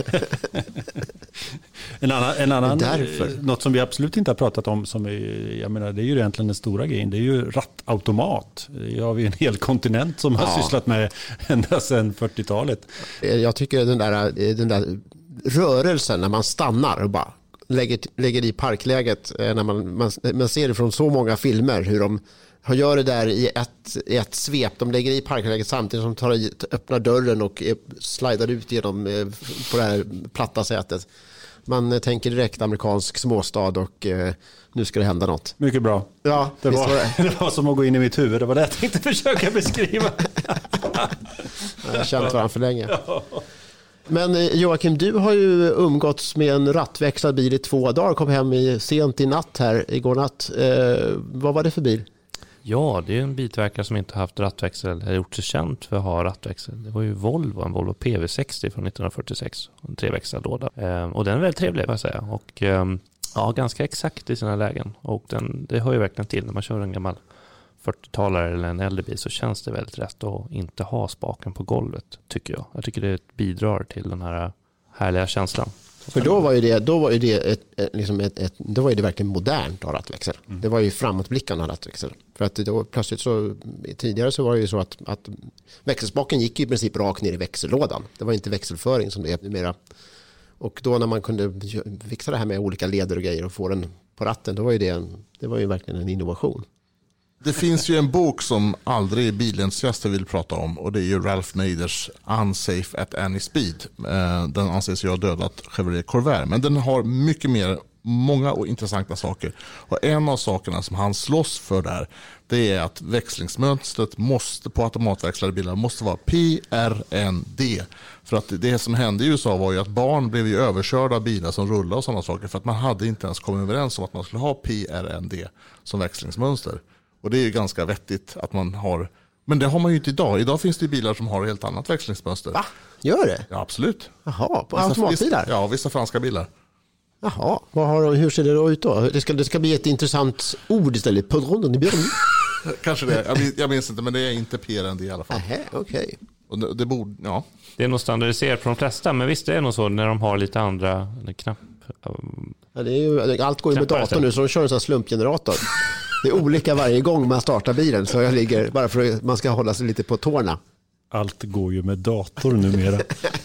En annan något som vi absolut inte har pratat om, jag menar, det är ju egentligen den stora grejen, det är ju rattautomat. Det har vi en hel kontinent som har sysslat med ända sedan 40-talet. Jag tycker den där rörelsen när man stannar och bara lägger i parkläget, när man ser det från så många filmer hur de gör det där i ett svep. De lägger i parkläget samtidigt som de öppnar dörren och slidar ut genom på det här platta sätet. Man tänker direkt amerikansk småstad och nu ska det hända något. Mycket bra. Ja, det var som att gå in i mitt huvud. Det var det jag tänkte försöka beskriva. Jag har känt varandra för länge. Men Joakim, du har ju umgåtts med en rattväxlad bil i 2 dagar. Kom hem sent i natt här, igår natt. Vad var det för bil? Ja, det är en biltillverkare som inte haft rattväxel, har gjort sig känt för att ha rattväxel. Det var ju en Volvo PV60 från 1946, en 3-växlad låda. Och den är väldigt trevlig, får jag säga. Och ganska exakt i sina lägen. Och det hör ju verkligen till när man kör en gammal 40-talare eller en äldre bil, så känns det väldigt rätt att inte ha spaken på golvet, tycker jag. Jag tycker det bidrar till den här härliga känslan. För då var det verkligen modernt att ha rattväxel. Det var ju framåtblickande rattväxel. För att då plötsligt tidigare så var det ju så att växelspaken gick i princip rakt ner i växellådan. Det var inte växelföring som det är numera. Och då när man kunde fixa det här med olika leder och grejer och få den på ratten, då var ju det var ju verkligen en innovation. Det finns ju en bok som aldrig bilentusiaster vill prata om, och det är ju Ralph Naders Unsafe at Any Speed. Den anses ju ha dödat Chevrolet Corvair, men den har mycket mer, många och intressanta saker. Och en av sakerna som han slåss för där, det är att växlingsmönstret på automatväxlade bilar måste vara PRND. För att det som hände i USA var ju att barn blev ju överkörda av bilar som rullade och sådana saker, för att man hade inte ens kommit överens om att man skulle ha PRND som växlingsmönster. Och det är ju ganska vettigt att man har. Men det har man ju inte idag. Idag finns det bilar som har helt annat växlingsmönster. Va? Gör det? Ja, absolut. Jaha, på automatbilar? Vissa franska bilar. Jaha, hur ser det då ut då? Det ska bli ett intressant ord istället. Kanske det. Jag minns inte, men det är inte PRND i alla fall. Okej. Och det borde, ja. Det är nog standardiserat för de flesta, men visst det är nog så när de har lite andra Ja, det är ju, allt går ju med datorn nu, så de kör en sån här slumpgenerator. Det är olika varje gång man startar bilen, så jag ligger bara för att man ska hålla sig lite på tårna. Allt går ju med dator numera.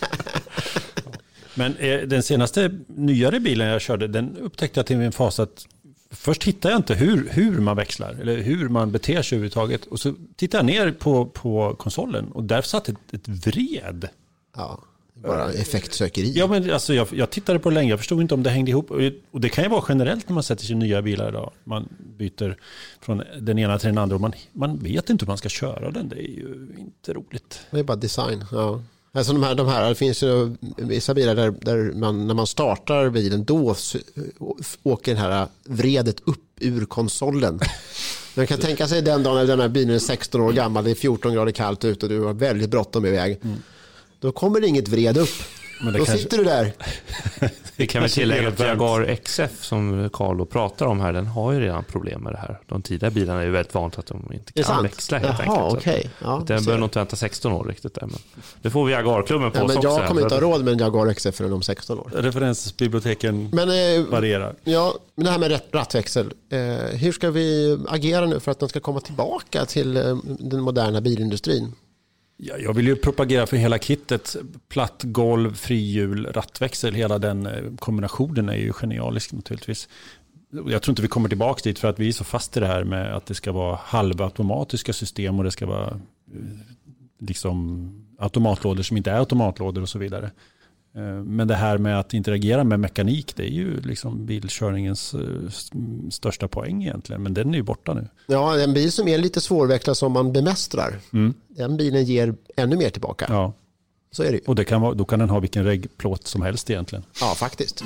Men den senaste nyare bilen jag körde, den upptäckte jag till min fas att först hittade jag inte hur man växlar eller hur man beter sig överhuvudtaget. Och så tittade jag ner på konsolen och där satt ett vred. Ja, bara effektsökeri. Ja, men alltså jag tittade på det länge, jag förstod inte om det hängde ihop. Och det kan ju vara generellt när man sätter sig i nya bilar idag. Man byter från den ena till den andra och man vet inte hur man ska köra den. Det är ju inte roligt. Det är bara design, ja. Alltså de här, det finns ju vissa bilar där man, när man startar bilen, då åker det här vredet upp ur konsolen. Man kan tänka sig den dagen när den här bilen är 16 år gammal, det är 14 grader kallt ute och du har väldigt bråttom iväg. Då kommer det inget vred upp. Men då sitter du där. Vi kan väl tillägga att Jaguar XF som Carlo pratar om här, den har ju redan problem med det här. De tidiga bilarna är ju väldigt vant att de inte kan växla helt enkelt. Okay. Ja, den bör nog inte vänta 16 år riktigt där. Men det får vi Jaguar-klubben på oss också. Jag kommer inte ha råd med en Jaguar XF förrän om 16 år. Referensbiblioteken varierar. Ja, men det här med rattväxel. Hur ska vi agera nu för att den ska komma tillbaka till den moderna bilindustrin? Ja, jag vill ju propagera för hela kittet. Platt golv, frihjul, rattväxel. Hela den kombinationen är ju genialisk naturligtvis. Jag tror inte vi kommer tillbaka dit för att vi är så fast i det här med att det ska vara halvautomatiska system och det ska vara liksom automatlådor som inte är automatlådor och så vidare. Men det här med att interagera med mekanik, det är ju liksom bilkörningens största poäng egentligen. Men den är ju borta nu. Ja, en bil som är lite svårväxlad som man bemästrar. Den bilen ger ännu mer tillbaka. Ja. Så är det ju. Och då kan den ha vilken reggplåt som helst egentligen. Ja, faktiskt.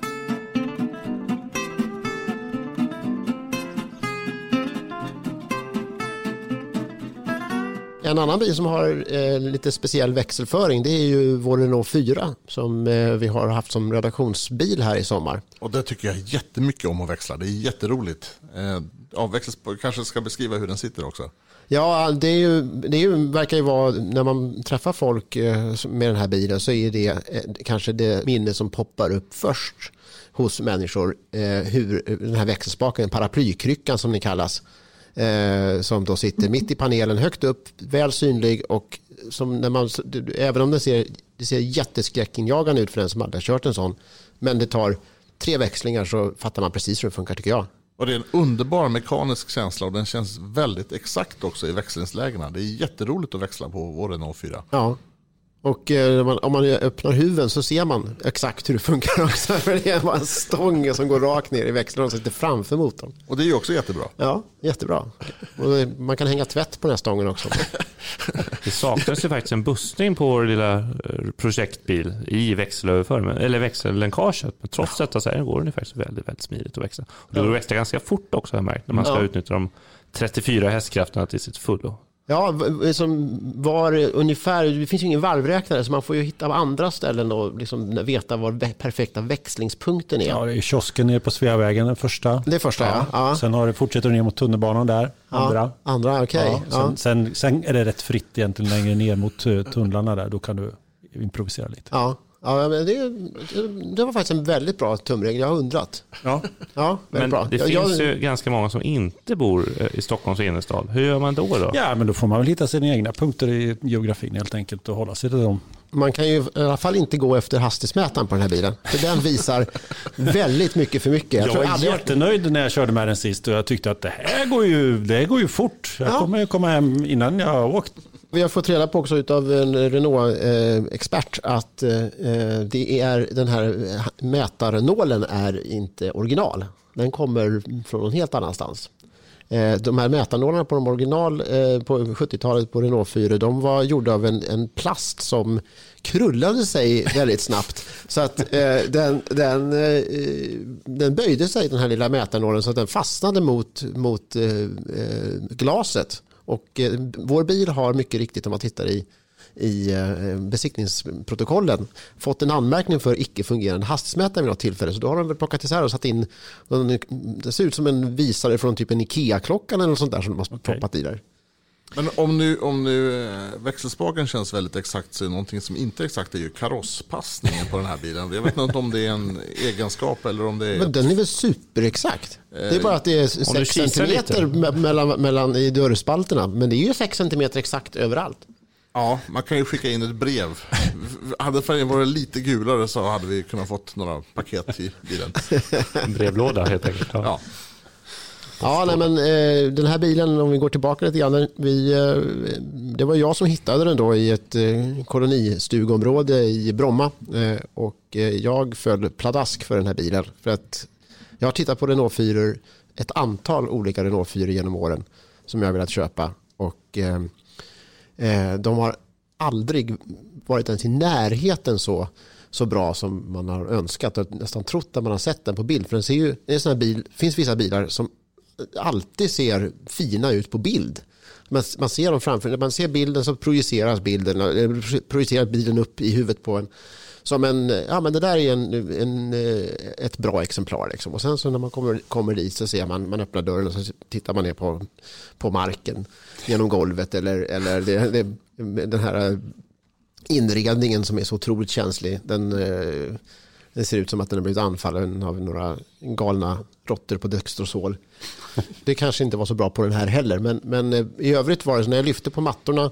En annan bil som har lite speciell växelföring, det är ju vår Renault 4 som vi har haft som redaktionsbil här i sommar. Och det tycker jag jättemycket om att växla. Det är jätteroligt. Kanske ska beskriva hur den sitter också. Ja, verkar ju vara, när man träffar folk med den här bilen så är det kanske det minne som poppar upp först hos människor. Hur den här växelspaken, paraplykryckan som det kallas, som då sitter mitt i panelen, högt upp, väl synlig, och som när man, även om det ser jätteskräckinjagande ut för den som aldrig har kört en sån, men det tar 3 växlingar så fattar man precis hur det funkar, tycker jag. Och det är en underbar mekanisk känsla och den känns väldigt exakt också i växlingslägena. Det är jätteroligt att växla på vår Renault 4. Ja. Och om man öppnar huven så ser man exakt hur det funkar också. För det är bara en stång som går rakt ner i växeln och sitter framför motorn. Och det är ju också jättebra. Ja, jättebra. Och man kan hänga tvätt på den här stången också. Det saknas ju faktiskt en bussning på vår lilla projektbil i växelöverföringen, eller växellänkaget. Men trots detta så här går det faktiskt väldigt, väldigt smidigt att växla. Och det går att växla ganska fort också, har jag märkt, när man ska utnyttja de 34 hästkrafterna till sitt fullo. Ja, som var ungefär, det finns ju ingen varvräknare så man får ju hitta andra ställen och liksom veta var perfekta växlingspunkten är. Ja, det är kiosken nere på Sveavägen, den första. Det är första, ja. Sen fortsätter du ner mot tunnelbanan där, andra, okej. Ja, sen är det rätt fritt egentligen längre ner mot tunnlarna där, då kan du improvisera lite. Ja, men det var faktiskt en väldigt bra tumregel. Jag har undrat. Ja, men bra. Det finns ju ganska många som inte bor i Stockholms innerstad. Hur gör man då? Ja, men då får man väl hitta sina egna punkter i geografin helt enkelt och hålla sig till dem. Man kan ju i alla fall inte gå efter hastighetsmätaren på den här bilen. För den visar väldigt mycket för mycket. Jag var jättenöjd när jag körde med den sist och jag tyckte att det går ju fort. Jag kommer komma hem innan jag har åkt. Vi har fått reda på också utav en Renault-expert att det är den här mätarnålen är inte original. Den kommer från någon helt annanstans. De här mätarnålarna på de original på 70-talet på Renault 4, de var gjorda av en plast som krullade sig väldigt snabbt. Så att den böjde sig, den här lilla mätarnålen, så att den fastnade mot glaset. Och vår bil har mycket riktigt, om man tittar i besiktningsprotokollen, fått en anmärkning för icke-fungerande hastighetsmätare vid något tillfälle. Så då har de väl plockat isär och satt in, det ser ut som en visare från typ en Ikea-klockan eller något sånt där som de har poppat i där. Men om nu växelspaken känns väldigt exakt, så är någonting som inte är exakt är ju karosspassningen på den här bilen. Jag vet inte om det är en egenskap eller om det är... Men den är väl superexakt. Det är bara att det är 6 centimeter mellan i dörrspalterna. Men det är ju 6 centimeter exakt överallt. Ja, man kan ju skicka in ett brev. Hade färgen varit lite gulare så hade vi kunnat fått några paket i bilen. En brevlåda helt enkelt. Ja. Ja, nej, men den här bilen, om vi går tillbaka lite grann, det var jag som hittade den då i ett kolonistugområde i Bromma, och jag föll pladask för den här bilen, för att jag har tittat på Renault 4, ett antal olika Renault 4 genom åren som jag har velat köpa, och de har aldrig varit ens i närheten så bra som man har önskat och nästan trott att man har sett den på bild, för den ser ju, det är en sån här bil, finns vissa bilar som alltid ser fina ut på bild. Man ser dem framför, när man ser bilden så projiceras bilen upp i huvudet på en som en, ja men det där är ett bra exemplar liksom. Och sen så när man kommer dit så ser man öppnar dörren och så tittar man ner på marken genom golvet eller den här inredningen som är så otroligt känslig, den ser ut som att den har blivit anfallen av några galna råttor på dextrosol. Det kanske inte var så bra på den här heller, men i övrigt var det så när jag lyfte på mattorna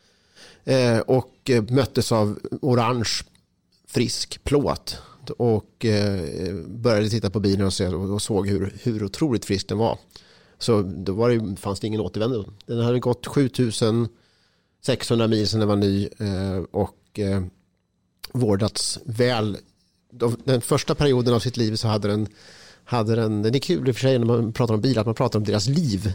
och möttes av orange frisk plåt och började titta på bilen och såg hur otroligt frisk den var. Så då fanns det ingen återvändo. Den hade gått 7600 mil sedan den var ny och vårdats väl. Den första perioden av sitt liv så hade den det är kul i och för sig när man pratar om bilar, att man pratar om deras liv.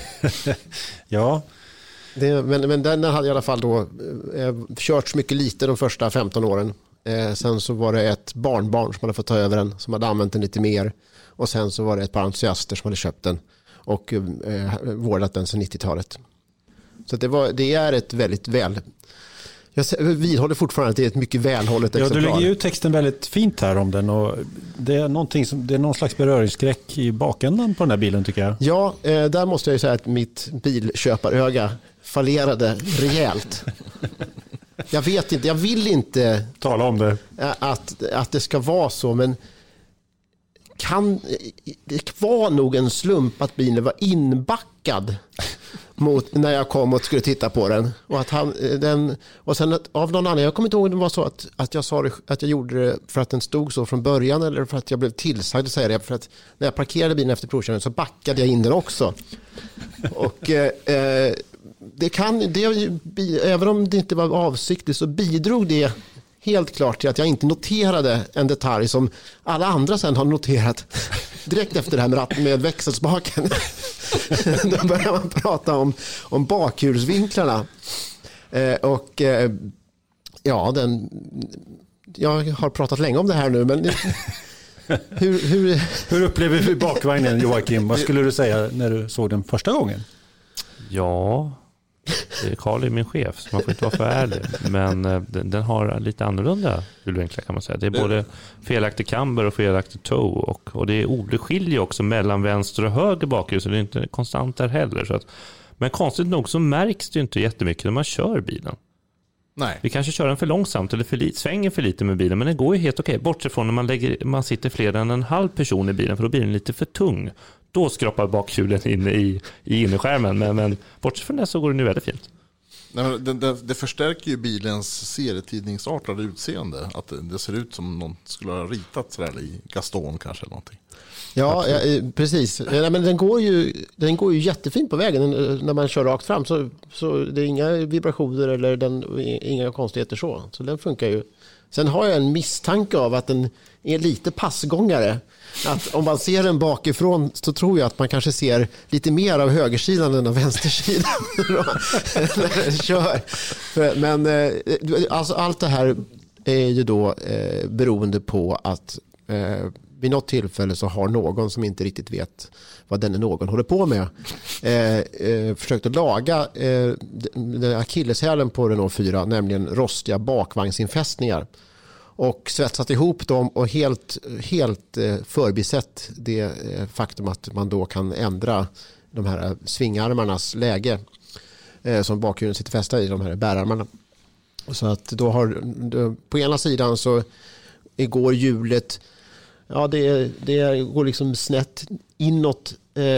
Ja. Men den hade i alla fall då körts mycket lite de första 15 åren. Sen så var det ett barnbarn som hade fått ta över den, som hade använt den lite mer. Och sen så var det ett par entusiaster som hade köpt den och vårdat den sedan 90-talet. Så det är ett väldigt jag vidhåller fortfarande att det är ett mycket välhållet exemplar. Ja, du lägger ut texten väldigt fint här om den, och det är någon slags beröringsskräck i bakändan på den här bilen tycker jag. Ja, där måste jag ju säga att mitt bilköparöga fallerade rejält. Jag vet inte, jag vill inte tala om det. Att det ska vara så, men det var nog en slump att bilen var inbackad mot när jag kom och skulle titta på den, och att och sen av någon annan, jag kommer inte ihåg om det var så att jag sa att jag gjorde det för att den stod så från början eller för att jag blev tillsagd att säga det, för att när jag parkerade bilen efter provkörningen så backade jag in den också. Och även om det inte var avsiktligt så bidrog det helt klart till att jag inte noterade en detalj som alla andra sen har noterat direkt efter det här med växelspaken. Då börjar man prata om bakhjulsvinklarna. Och ja, jag har pratat länge om det här nu, men hur upplever vi bakvagnen, Joakim? Vad skulle du säga när du såg den första gången? Ja, Carl är min chef så man får inte vara för ärlig. Men den har lite annorlunda hjulvinklar kan man säga. Det är både felaktig camber och felaktig toe. Och det skiljer också mellan vänster och höger bakhjul, så det är inte konstant där heller. Så men konstigt nog så märks det inte jättemycket när man kör bilen. Nej. Vi kanske kör den för långsamt eller svänger för lite med bilen, men den går ju helt okej. Bortsett från när man sitter fler än en halv person i bilen, för då blir den lite för tung. Då skrapar bakhjulen in i innerskärmen, men bortsett från det så går det nu väldigt fint. Nej, men det förstärker ju bilens serietidningsartade utseende. Att det ser ut som någon skulle ha ritat sådär i Gaston kanske eller någonting. Ja, precis. Ja, men den går ju jättefint på vägen när man kör rakt fram. Så det är inga vibrationer eller inga konstigheter så. Så den funkar ju. Sen har jag en misstanke av att den är lite passgångare. Att om man ser den bakifrån så tror jag att man kanske ser lite mer av högersidan än av vänstersidan när den kör. Men alltså, allt det här är ju då beroende på att vid något tillfälle så har någon som inte riktigt vet vad den någon håller på med försökt att laga den akilleshälen på Renault 4, nämligen rostiga bakvagnsinfästningar, och svetsat ihop dem och helt förbisett det faktum att man då kan ändra de här svingarmarnas läge. som bakhjulen sitter fästa i, de här bärarmarna. Så att då på ena sidan så går hjulet, ja det går liksom snett inåt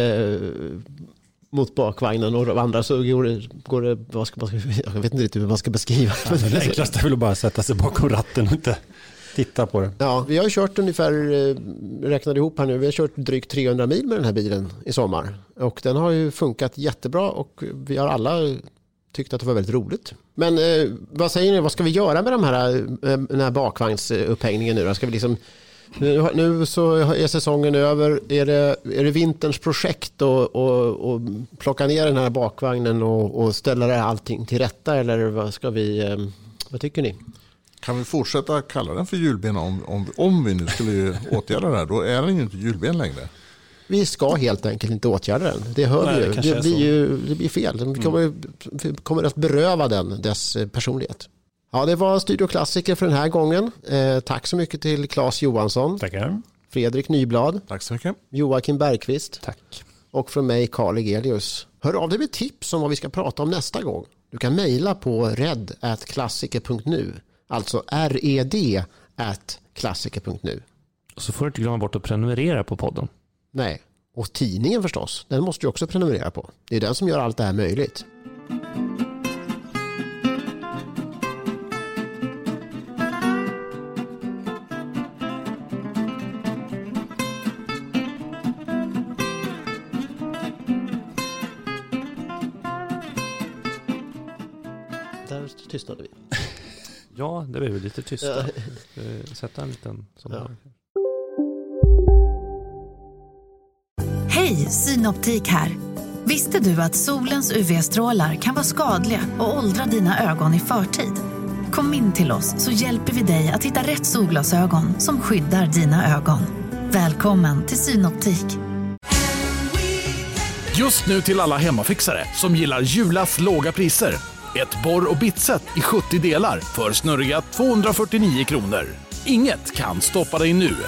mot bakvagnen, och de andra så går det jag vet inte riktigt hur man ska beskriva. Ja, det enklaste är väl att bara sätta sig bakom ratten och inte titta på det. Ja, vi har kört ungefär, räknade ihop här nu, vi har kört drygt 300 mil med den här bilen i sommar. Och den har ju funkat jättebra och vi har alla tyckt att det var väldigt roligt. Men vad säger ni, vad ska vi göra med den här bakvagnsupphängningen nu då? Ska vi liksom, nu så är säsongen över, är det vinterns projekt och plocka ner den här bakvagnen och ställa allting till rätta, eller vad tycker ni? Kan vi fortsätta kalla den för hjulben om vi nu skulle åtgärda det här? Då är den ju inte hjulben längre. Vi ska helt enkelt inte åtgärda den. Det hör vi ju. Det blir fel. Vi kommer att beröva den dess personlighet. Ja, det var Studio Klassiker för den här gången. Tack så mycket till Claes Johansson. Tackar. Fredrik Nyblad. Tack så mycket. Joakim Bergqvist. Tack. Och från mig, Carl Egelius. Hör av dig med tips om vad vi ska prata om nästa gång. Du kan mejla på red@klassiker.nu. Alltså red@klassiker.nu. Och så får du inte glömma bort att prenumerera på podden. Nej, och tidningen förstås. Den måste du också prenumerera på. Det är den som gör allt det här möjligt. Där tystnade vi. Ja, det blev lite tysta. Sätta en liten sån här. Hej, Synoptik här. Visste du att solens UV-strålar kan vara skadliga och åldra dina ögon i förtid? Kom in till oss så hjälper vi dig att hitta rätt solglasögon som skyddar dina ögon. Välkommen till Synoptik. Just nu till alla hemmafixare som gillar Julas låga priser. Ett borr- och bitset i 70 delar för snurriga 249 kronor. Inget kan stoppa dig nu.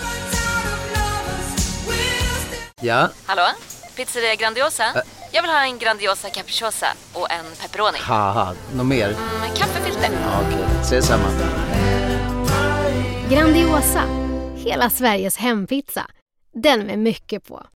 Ja? Hallå? Pizzeria Grandiosa? Jag vill ha en Grandiosa capriciosa och en pepperoni. Haha, något mer? Kaffefilter. Ja, okej, ses samma. Grandiosa, hela Sveriges hempizza. Den med mycket på.